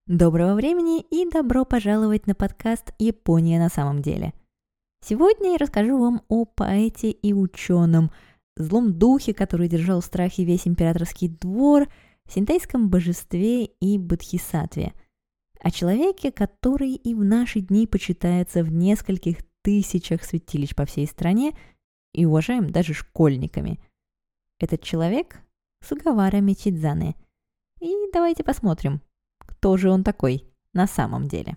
Доброго времени и добро пожаловать на подкаст «Япония на самом деле». Сегодня я расскажу вам о поэте и ученом, злом духе, который держал в страхе весь императорский двор, синтоийском божестве и бодхисаттве, о человеке, который и в наши дни почитается в нескольких тысячах святилищ по всей стране и уважаем даже школьниками. Этот человек – Сугавара Мичидзане. И давайте посмотрим, кто же он такой на самом деле.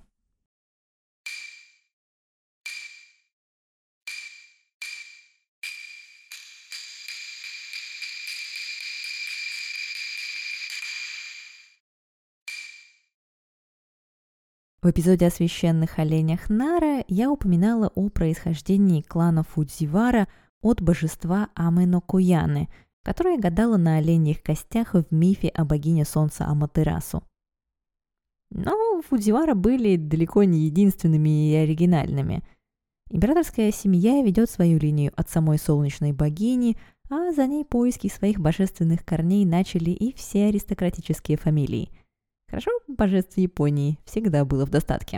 В эпизоде о священных оленях Нара я упоминала о происхождении клана Фудзивара от божества Аме-но-Куяне, которое гадало на оленьих костях в мифе о богине солнца Аматерасу. Но Фудзивара были далеко не единственными и оригинальными. Императорская семья ведет свою линию от самой солнечной богини, а за ней поиски своих божественных корней начали и все аристократические фамилии. Хорошо, божеств Японии всегда было в достатке.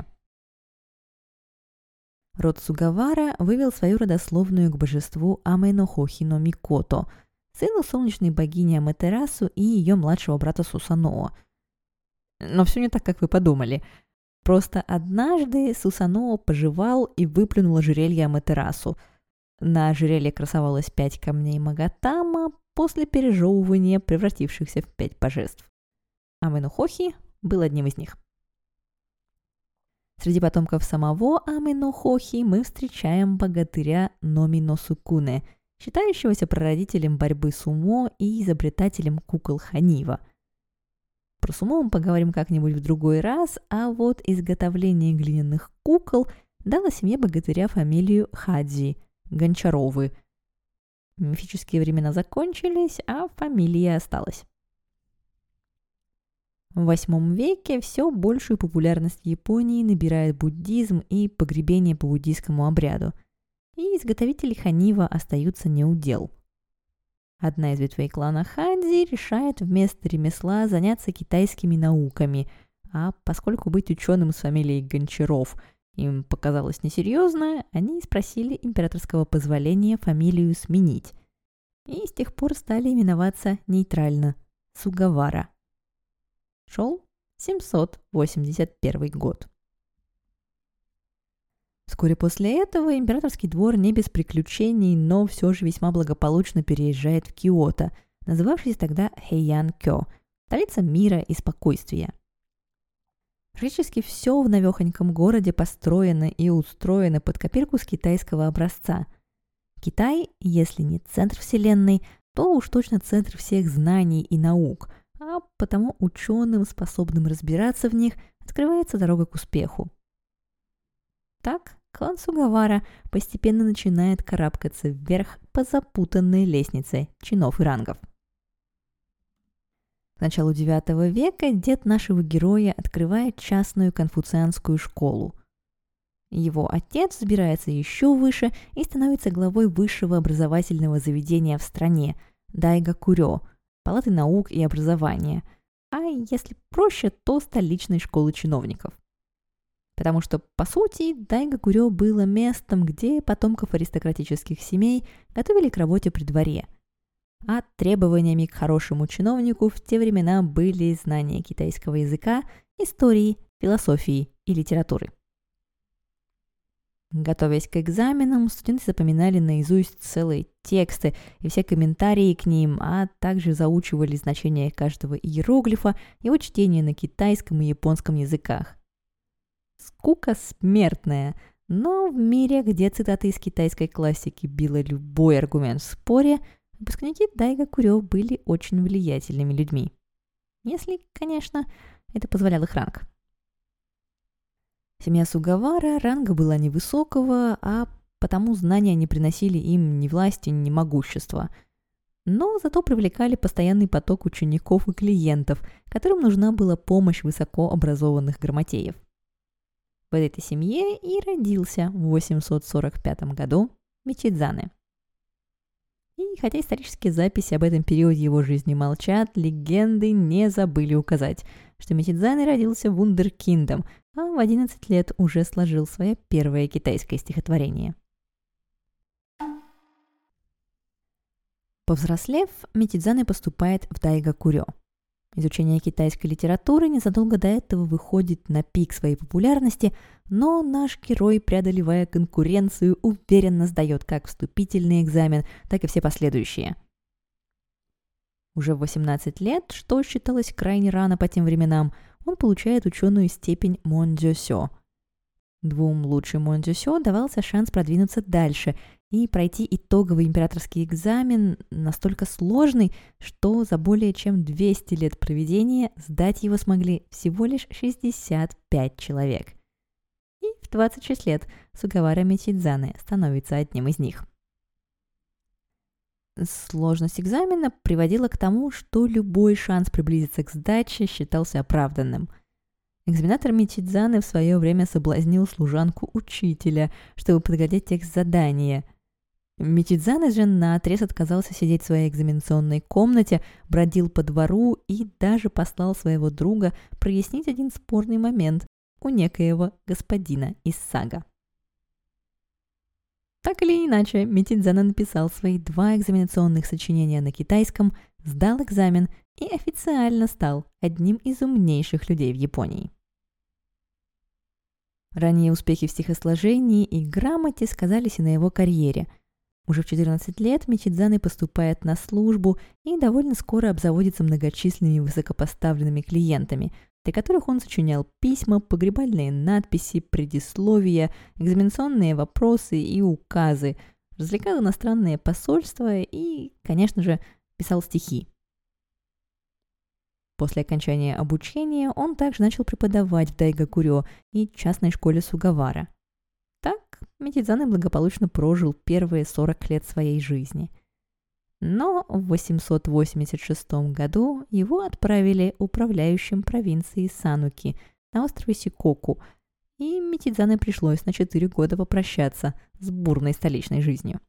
Род Сугавара вывел свою родословную к божеству Аме-но-Хохи-но Микото, сыну солнечной богини Аматерасу и ее младшего брата Сусаноо. Но все не так, как вы подумали. Просто однажды Сусаноо пожевал и выплюнул ожерелье Аматерасу. На ожерелье красовалось 5 камней Магатама, после пережевывания превратившихся в 5 божеств. Аме-но-Хохи был одним из них. Среди потомков самого Аме-но-Хохи мы встречаем богатыря Номи-но-Сукуне, считающегося прародителем борьбы сумо и изобретателем кукол Ханива. Про сумо мы поговорим как-нибудь в другой раз, а вот изготовление глиняных кукол дало семье богатыря фамилию Хадзи – Гончаровы. Мифические времена закончились, а фамилия осталась. В VIII веке все большую популярность в Японии набирает буддизм и погребение по буддийскому обряду, и изготовители ханива остаются неудел. Одна из ветвей клана Хадзи решает вместо ремесла заняться китайскими науками, а поскольку быть ученым с фамилией Гончаров им показалось несерьезно, они спросили императорского позволения фамилию сменить, и с тех пор стали именоваться нейтрально – Сугавара. Шел 781 год. Вскоре после этого императорский двор не без приключений, но все же весьма благополучно переезжает в Киото, называвшийся тогда Хэйян-кё, столица мира и спокойствия. Практически все в навехоньком городе построено и устроено под копирку с китайского образца. Китай, если не центр вселенной, то уж точно центр всех знаний и наук, а потому ученым, способным разбираться в них, открывается дорога к успеху. Так, клан Сугавара постепенно начинает карабкаться вверх по запутанной лестнице чинов и рангов. К началу IX века дед нашего героя открывает частную конфуцианскую школу. Его отец взбирается еще выше и становится главой высшего образовательного заведения в стране – Дайгакурё, Палаты наук и образования, а если проще, то столичной школы чиновников. Потому что, по сути, Дайгакурё было местом, где потомков аристократических семей готовили к работе при дворе. А требованиями к хорошему чиновнику в те времена были знания китайского языка, истории, философии и литературы. Готовясь к экзаменам, студенты запоминали наизусть целые тексты и все комментарии к ним, а также заучивали значение каждого иероглифа, его чтение на китайском и японском языках. Скука смертная, но в мире, где цитаты из китайской классики била любой аргумент в споре, выпускники Дайгакурё были очень влиятельными людьми. Если, конечно, это позволял их ранг. Семья Сугавара ранга была невысокого, а потому знания не приносили им ни власти, ни могущества. Но зато привлекали постоянный поток учеников и клиентов, которым нужна была помощь высокообразованных грамотеев. В этой семье и родился в 845 году Мичидзане. И хотя исторические записи об этом периоде его жизни молчат, легенды не забыли указать, что Митидзане родился вундеркиндом, а в 11 лет уже сложил свое первое китайское стихотворение. Повзрослев, Митидзане поступает в Дайгакурё. Изучение китайской литературы незадолго до этого выходит на пик своей популярности, но наш герой, преодолевая конкуренцию, уверенно сдает как вступительный экзамен, так и все последующие. Уже в 18 лет, что считалось крайне рано по тем временам, он получает ученую степень Мондзёсё. Двум лучшим Мондзёсё давался шанс продвинуться дальше и пройти итоговый императорский экзамен настолько сложный, что за более чем 200 лет проведения сдать его смогли всего лишь 65 человек. И в 26 лет Сугавара Митидзане становится одним из них. Сложность экзамена приводила к тому, что любой шанс приблизиться к сдаче считался оправданным. Экзаменатор Митидзане в свое время соблазнил служанку учителя, чтобы подготовить текст задания. Митидзане же наотрез отказался сидеть в своей экзаменационной комнате, бродил по двору и даже послал своего друга прояснить один спорный момент у некоего господина из сага. Так или иначе, Митидзане написал свои 2 экзаменационных сочинения на китайском, сдал экзамен и официально стал одним из умнейших людей в Японии. Ранние успехи в стихосложении и грамоте сказались и на его карьере. Уже в 14 лет Митидзане поступает на службу и довольно скоро обзаводится многочисленными высокопоставленными клиентами, для которых он сочинял письма, погребальные надписи, предисловия, экзаменационные вопросы и указы, развлекал иностранные посольства и, конечно же, писал стихи. После окончания обучения он также начал преподавать в Дайгакурё и частной школе Сугавара. Так Митидзане благополучно прожил первые 40 лет своей жизни. Но в 886 году его отправили управляющим провинцией Сануки на острове Сикоку, и Митидзане пришлось на 4 года попрощаться с бурной столичной жизнью.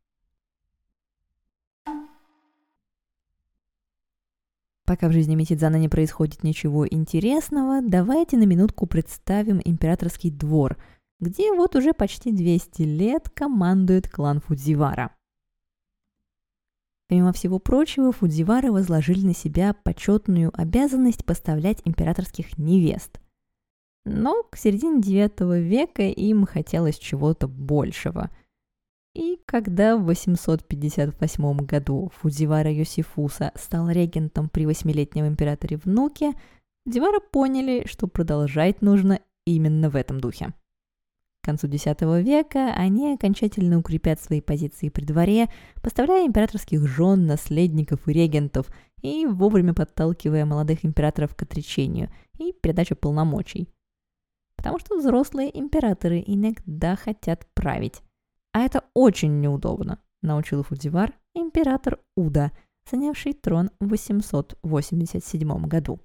Пока в жизни Митидзане не происходит ничего интересного, давайте на минутку представим императорский двор, где вот уже почти 200 лет командует клан Фудзивара. Помимо всего прочего, Фудзивары возложили на себя почетную обязанность поставлять императорских невест. Но к середине IX века им хотелось чего-то большего. И когда в 858 году Фудзивара Йосифуса стал регентом при 8-летнем императоре-внуке, Фудзивара поняли, что продолжать нужно именно в этом духе. К концу X века они окончательно укрепят свои позиции при дворе, поставляя императорских жен, наследников и регентов, и вовремя подталкивая молодых императоров к отречению и передаче полномочий. Потому что взрослые императоры иногда хотят править. А это очень неудобно, научил Фудзивар император Уда, занявший трон в 887 году.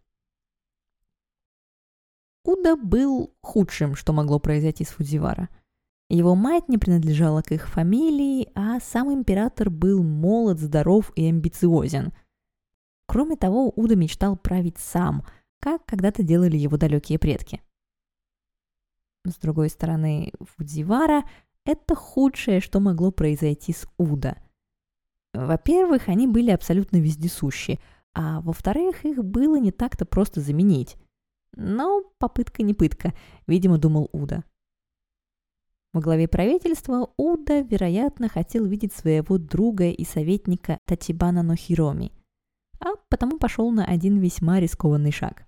Уда был худшим, что могло произойти с Фудзивара. Его мать не принадлежала к их фамилии, а сам император был молод, здоров и амбициозен. Кроме того, Уда мечтал править сам, как когда-то делали его далекие предки. С другой стороны, Фудзивара – это худшее, что могло произойти с Уда. Во-первых, они были абсолютно вездесущи, а во-вторых, их было не так-то просто заменить. Но попытка не пытка, видимо, думал Уда. Во главе правительства Уда, вероятно, хотел видеть своего друга и советника Тачибана но Хироми, а потому пошел на один весьма рискованный шаг.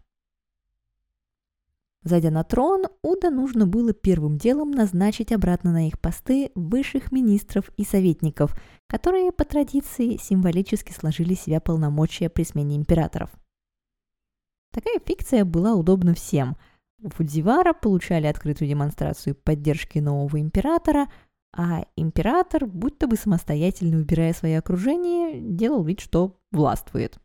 Зайдя на трон, Уда нужно было первым делом назначить обратно на их посты высших министров и советников, которые по традиции символически сложили в себя полномочия при смене императоров. Такая фикция была удобна всем. Фудзивара получали открытую демонстрацию поддержки нового императора, а император, будто бы самостоятельно выбирая свое окружение, делал вид, что властвует.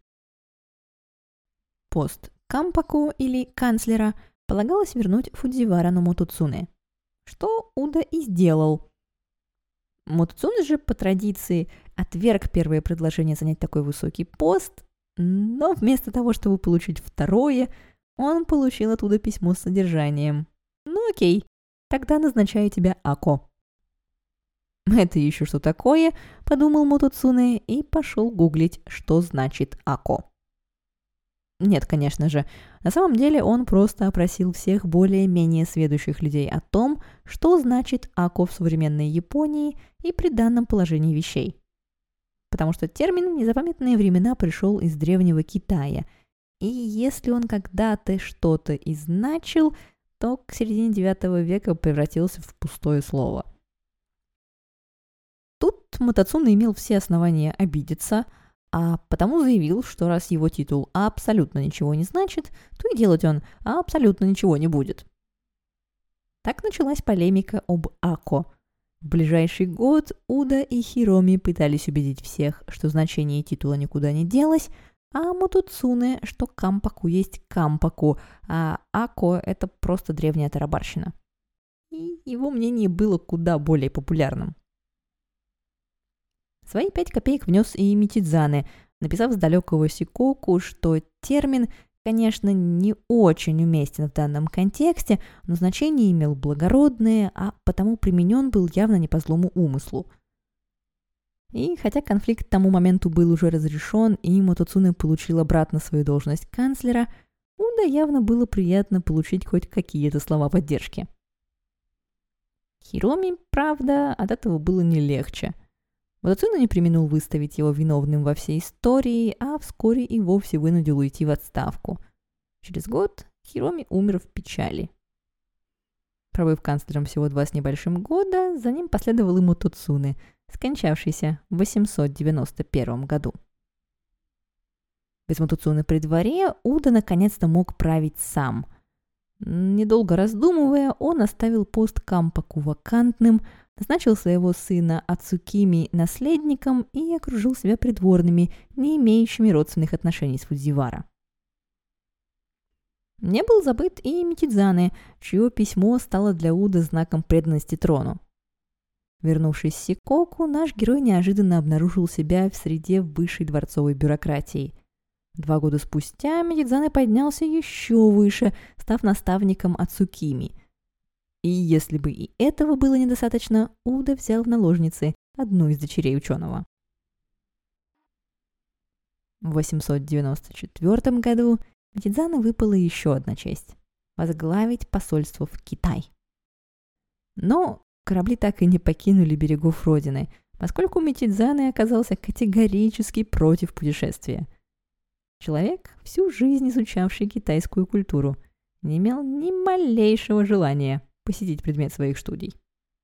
Пост кампаку или канцлера полагалось вернуть Фудзивара но Мотоцуне, что Уда и сделал. Мотоцуне же по традиции отверг первое предложение занять такой высокий пост, но вместо того, чтобы получить второе, он получил оттуда письмо с содержанием: «Ну окей, тогда назначаю тебя Ако». «Это еще что такое?» – подумал Мотоцуне и пошел гуглить, что значит Ако. Нет, конечно же. На самом деле он просто опросил всех более-менее сведущих людей о том, что значит Ако в современной Японии и при данном положении вещей. Потому что термин в незапамятные времена пришел из древнего Китая, и если он когда-то что-то и значил, то к середине IX века превратился в пустое слово. Тут Мотоцуне имел все основания обидеться, а потому заявил, что раз его титул абсолютно ничего не значит, то и делать он абсолютно ничего не будет. Так началась полемика об Ако. В ближайший год Уда и Хироми пытались убедить всех, что значение титула никуда не делось, а Мотоцуне, что кампаку есть кампаку, а Ако – это просто древняя тарабарщина. И его мнение было куда более популярным. Свои 5 копеек внес и Митидзане, написав с далекого сикоку, что термин, конечно, не очень уместен в данном контексте, но значение имел благородное, а потому применен был явно не по злому умыслу. И хотя конфликт к тому моменту был уже разрешен, и Мотоцуне получил обратно свою должность канцлера, Уда явно было приятно получить хоть какие-то слова поддержки. Хироми, правда, от этого было не легче. Мотоцуне не преминул выставить его виновным во всей истории, а вскоре и вовсе вынудил уйти в отставку. Через год Хироми умер в печали. Пробыв канцлером всего 2 с небольшим года, за ним последовал и Мотоцуне, скончавшийся в 891 году. Без Мотоцуне при дворе Уда наконец-то мог править сам. Недолго раздумывая, он оставил пост кампаку вакантным, назначил своего сына Ацукими наследником и окружил себя придворными, не имеющими родственных отношений с Фудзивара. Не был забыт и Митидзане, чье письмо стало для Уда знаком преданности трону. Вернувшись с Сикоку, наш герой неожиданно обнаружил себя в среде высшей дворцовой бюрократии. 2 года спустя Митидзане поднялся еще выше, став наставником Ацукими. И если бы и этого было недостаточно, Уда взял в наложницы одну из дочерей ученого. В 894 году Митидзане выпала еще одна честь – возглавить посольство в Китай. Но корабли так и не покинули берегов родины, поскольку Митидзане оказался категорически против путешествия. Человек, всю жизнь изучавший китайскую культуру, не имел ни малейшего желания посетить предмет своих студий.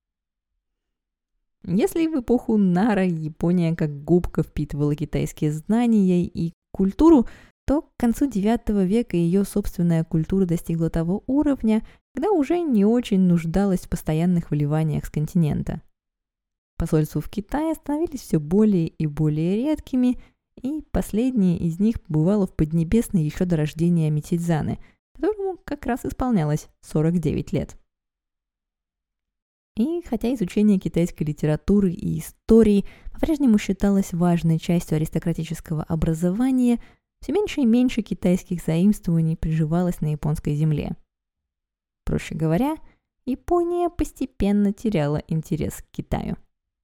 Если в эпоху Нара Япония как губка впитывала китайские знания и культуру, то к концу IX века ее собственная культура достигла того уровня, когда уже не очень нуждалась в постоянных вливаниях с континента. Посольства в Китае становились все более и более редкими, и последнее из них побывало в Поднебесной еще до рождения Митидзане, которому как раз исполнялось 49 лет. И хотя изучение китайской литературы и истории по-прежнему считалось важной частью аристократического образования, все меньше и меньше китайских заимствований приживалось на японской земле. Проще говоря, Япония постепенно теряла интерес к Китаю.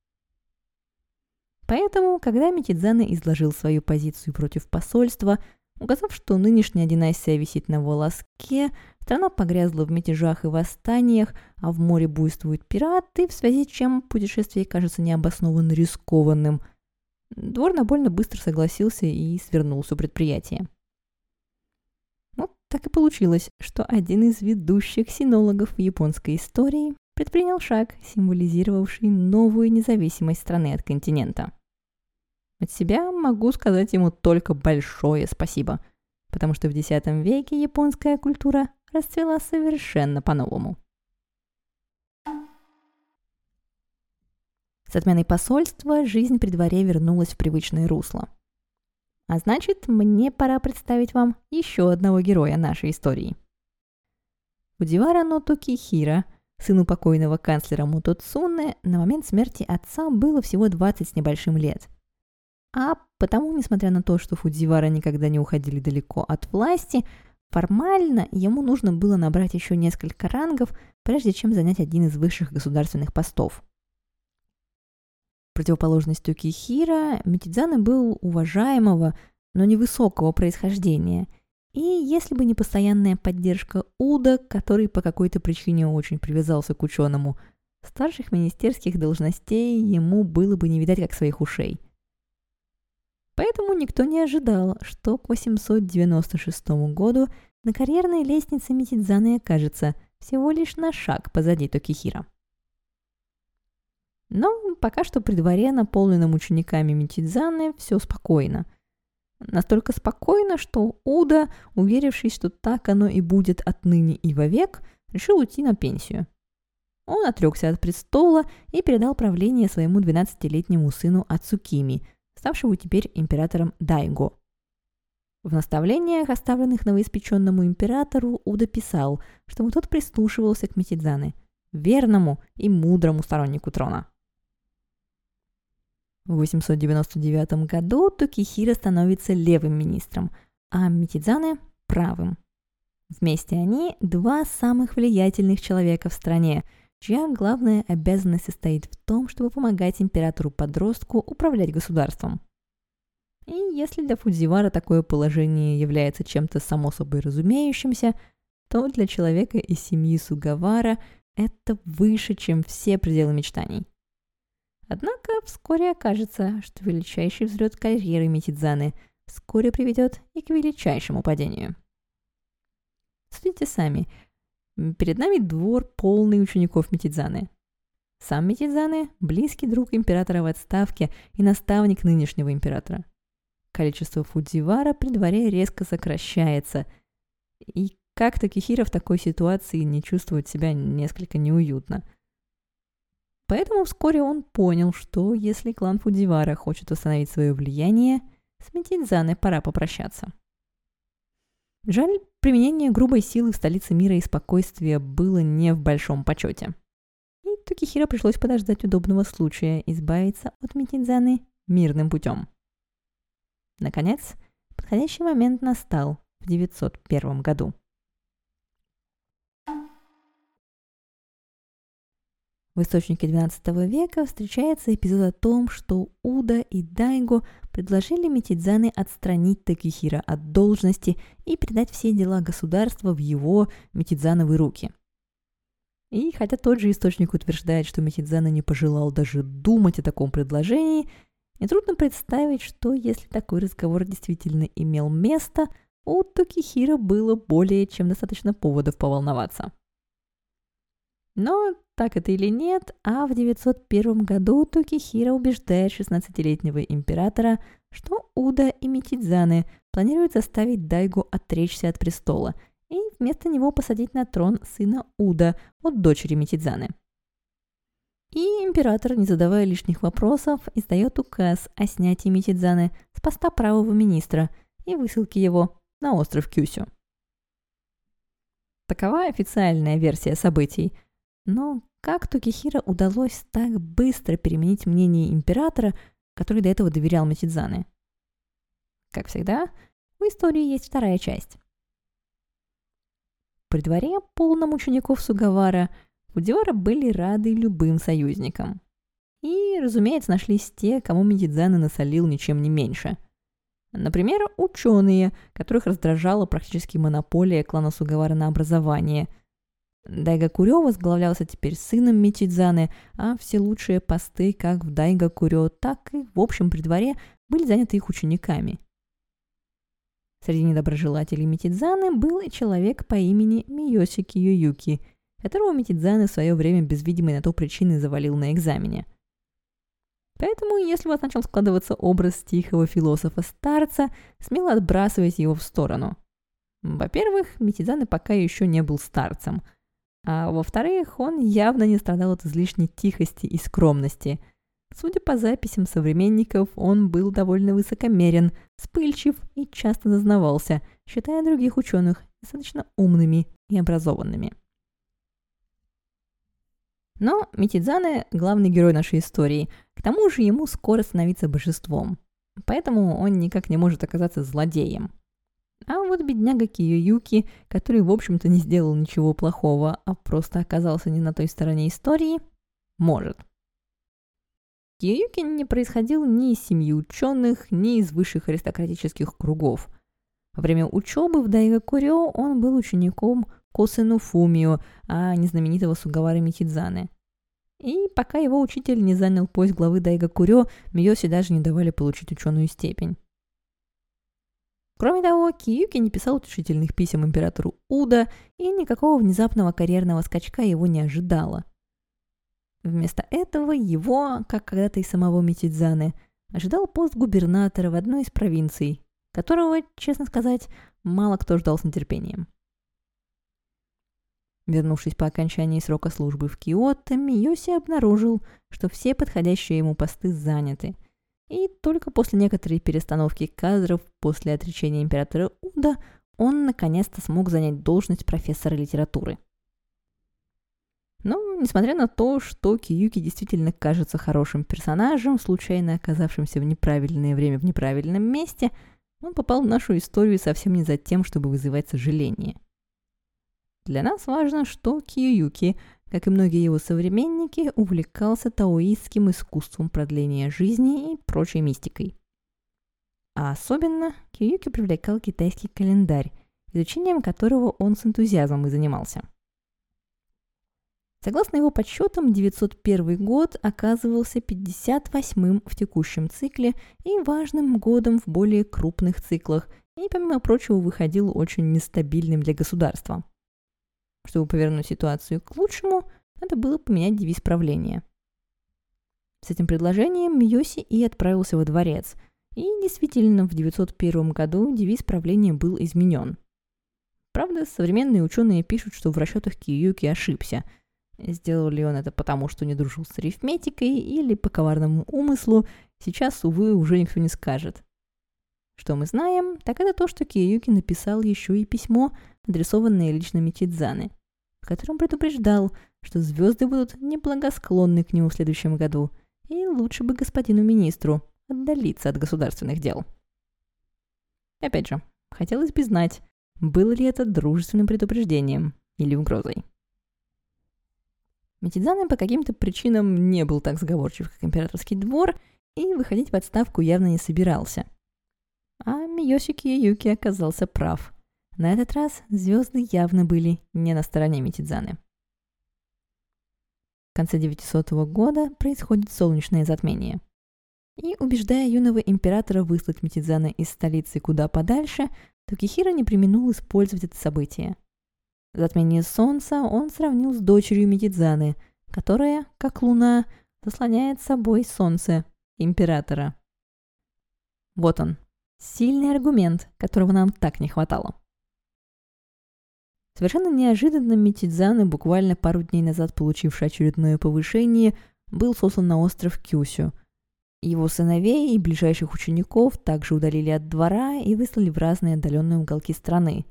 Поэтому, когда Митидзане изложил свою позицию против посольства, указав, что нынешняя династия висит на волоске, страна погрязла в мятежах и восстаниях, а в море буйствуют пираты, в связи с чем путешествие кажется необоснованно рискованным, двор довольно быстро согласился и свернул все предприятие. Вот так и получилось, что один из ведущих синологов в японской истории предпринял шаг, символизировавший новую независимость страны от континента. От себя могу сказать ему только большое спасибо, потому что в X веке японская культура расцвела совершенно по-новому. С отменой посольства жизнь при дворе вернулась в привычное русло. А значит, мне пора представить вам еще одного героя нашей истории. Фудзивара но Токихира, Сыну покойного канцлера Мотоцуне на момент смерти отца было всего 20 с небольшим лет. А потому, несмотря на то, что Фудзивара никогда не уходили далеко от власти, формально ему нужно было набрать еще несколько рангов, прежде чем занять один из высших государственных постов. Противоположность Токихиро, Митидзане был уважаемого, но невысокого происхождения. И если бы не постоянная поддержка Уда, который по какой-то причине очень привязался к ученому, старших министерских должностей ему было бы не видать как своих ушей. Поэтому никто не ожидал, что к 896 году на карьерной лестнице Митидзане окажется всего лишь на шаг позади Токихиро. Но пока что при дворе, наполненном учениками Митидзане, все спокойно. Настолько спокойно, что Уда, уверившись, что так оно и будет отныне и вовек, решил уйти на пенсию. Он отрекся от престола и передал правление своему 12-летнему сыну Ацукими, ставшему теперь императором Дайго. В наставлениях, оставленных новоиспеченному императору, Уда писал, чтобы тот прислушивался к Митидзане, верному и мудрому стороннику трона. В 899 году Токихиро становится левым министром, а Митидзане – правым. Вместе они – два самых влиятельных человека в стране, чья главная обязанность состоит в том, чтобы помогать императору-подростку управлять государством. И если для Фудзивара такое положение является чем-то само собой разумеющимся, то для человека из семьи Сугавара это выше, чем все пределы мечтаний. Однако вскоре окажется, что величайший взлет карьеры Митидзане вскоре приведет и к величайшему падению. Судите сами, перед нами двор, полный учеников Митидзане. Сам Митидзане – близкий друг императора в отставке и наставник нынешнего императора. Количество Фудзивара при дворе резко сокращается, и как Токихиро в такой ситуации не чувствовать себя несколько неуютно. Поэтому вскоре он понял, что если клан Фудзивара хочет установить свое влияние, с Митидзане пора попрощаться. Жаль, применение грубой силы в столице мира и спокойствия было не в большом почете. И Токихиро пришлось подождать удобного случая избавиться от Митидзане мирным путем. Наконец, подходящий момент настал в 901 году. В источнике XII века встречается эпизод о том, что Уда и Дайго предложили Митидзане отстранить Токихиро от должности и передать все дела государства в его, Митидзановы, руки. И хотя тот же источник утверждает, что Митидзане не пожелал даже думать о таком предложении, нетрудно представить, что если такой разговор действительно имел место, у Токихиро было более чем достаточно поводов поволноваться. Но так это или нет, а в 901 году Токихиро убеждает 16-летнего императора, что Уда и Митидзане планируют заставить Дайго отречься от престола и вместо него посадить на трон сына Уда от дочери Митидзане. И император, не задавая лишних вопросов, издает указ о снятии Митидзане с поста правого министра и высылке его на остров Кюсю. Такова официальная версия событий. Но как Токихиро удалось так быстро переменить мнение императора, который до этого доверял Митидзане? Как всегда, в истории есть вторая часть. При дворе, полном учеников Сугавара, Фудзивара были рады любым союзникам. И, разумеется, нашлись те, кому Митидзане насолил ничем не меньше. Например, ученые, которых раздражала практически монополия клана Сугавара на образование. Дайго-курё возглавлялся теперь сыном Митидзане, а все лучшие посты как в Дайго-курё, так и в общем при дворе были заняты их учениками. Среди недоброжелателей Митидзане был и человек по имени Миёси Киёюки, которого Митидзане в свое время без видимой на то причины завалил на экзамене. Поэтому, если у вас начал складываться образ тихого философа-старца, смело отбрасывайте его в сторону. Во-первых, Митидзане пока еще не был старцем, а во-вторых, он явно не страдал от излишней тихости и скромности. Судя по записям современников, он был довольно высокомерен, вспыльчив и часто зазнавался, считая других ученых достаточно умными и образованными. Но Митидзане – главный герой нашей истории, к тому же ему скоро становиться божеством, поэтому он никак не может оказаться злодеем. А вот бедняга Киююки, который, в общем-то, не сделал ничего плохого, а просто оказался не на той стороне истории, может. Киююки не происходил ни из семьи ученых, ни из высших аристократических кругов. Во время учебы в Дайгакурё он был учеником Косэну Фумио, а не знаменитого Сугавары Митидзане. И пока его учитель не занял пост главы Дайгакурё, Миёси даже не давали получить ученую степень. Кроме того, Киюки не писал утешительных писем императору Уда, и никакого внезапного карьерного скачка его не ожидало. Вместо этого его, как когда-то и самого Митидзане, ожидал пост губернатора в одной из провинций, которого, честно сказать, мало кто ждал с нетерпением. Вернувшись по окончании срока службы в Киото, Миёси обнаружил, что все подходящие ему посты заняты. И только после некоторой перестановки кадров, после отречения императора Уда, он наконец-то смог занять должность профессора литературы. Но, несмотря на то, что Киюки действительно кажется хорошим персонажем, случайно оказавшимся в неправильное время в неправильном месте, он попал в нашу историю совсем не за тем, чтобы вызывать сожаление. Для нас важно, что Киюки, как и многие его современники, увлекался таоистским искусством продления жизни и прочей мистикой. А особенно Киюки привлекал китайский календарь, изучением которого он с энтузиазмом и занимался. Согласно его подсчетам, 901 год оказывался 58-м в текущем цикле и важным годом в более крупных циклах, и, помимо прочего, выходил очень нестабильным для государства. Чтобы повернуть ситуацию к лучшему, надо было поменять девиз правления. С этим предложением Миёси и отправился во дворец, и действительно в 901 году девиз правления был изменен. Правда, современные ученые пишут, что в расчетах Киюки ошибся. Сделал ли он это потому, что не дружил с арифметикой, или по коварному умыслу, сейчас, увы, уже никто не скажет. Что мы знаем, так это то, что Киюки написал еще и письмо, адресованное лично Митидзане, в котором предупреждал, что звезды будут неблагосклонны к нему в следующем году, и лучше бы господину министру отдалиться от государственных дел. Опять же, хотелось бы знать, было ли это дружественным предупреждением или угрозой. Митидзане по каким-то причинам не был так сговорчив, как императорский двор, и выходить в отставку явно не собирался. А Миёси Киюки оказался прав. На этот раз звезды явно были не на стороне Митидзане. В конце 900 года происходит солнечное затмение. И, убеждая юного императора выслать Митидзане из столицы куда подальше, Токихиро не преминул использовать это событие. Затмение солнца он сравнил с дочерью Митидзане, которая, как луна, заслоняет собой солнце императора. Вот он, сильный аргумент, которого нам так не хватало. Совершенно неожиданно Митидзане, буквально пару дней назад получивший очередное повышение, был сослан на остров Кюсю. Его сыновей и ближайших учеников также удалили от двора и выслали в разные отдаленные уголки страны.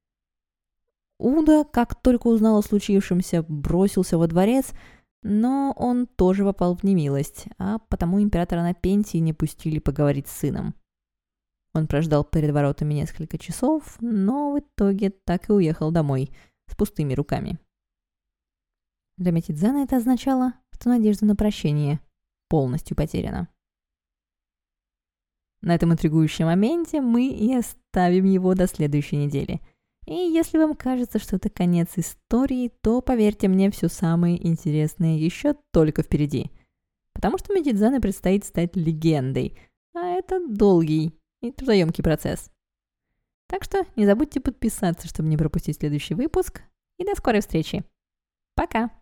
Уда, как только узнал о случившемся, бросился во дворец, но он тоже попал в немилость, а потому императора на пенсии не пустили поговорить с сыном. Он прождал перед воротами несколько часов, но в итоге так и уехал домой с пустыми руками. Для Митидзане это означало, что надежда на прощение полностью потеряна. На этом интригующем моменте мы и оставим его до следующей недели. И если вам кажется, что это конец истории, то, поверьте мне, все самое интересное еще только впереди. Потому что Митидзане предстоит стать легендой, а это долгий и трудоемкий процесс. Так что не забудьте подписаться, чтобы не пропустить следующий выпуск. И до скорой встречи. Пока!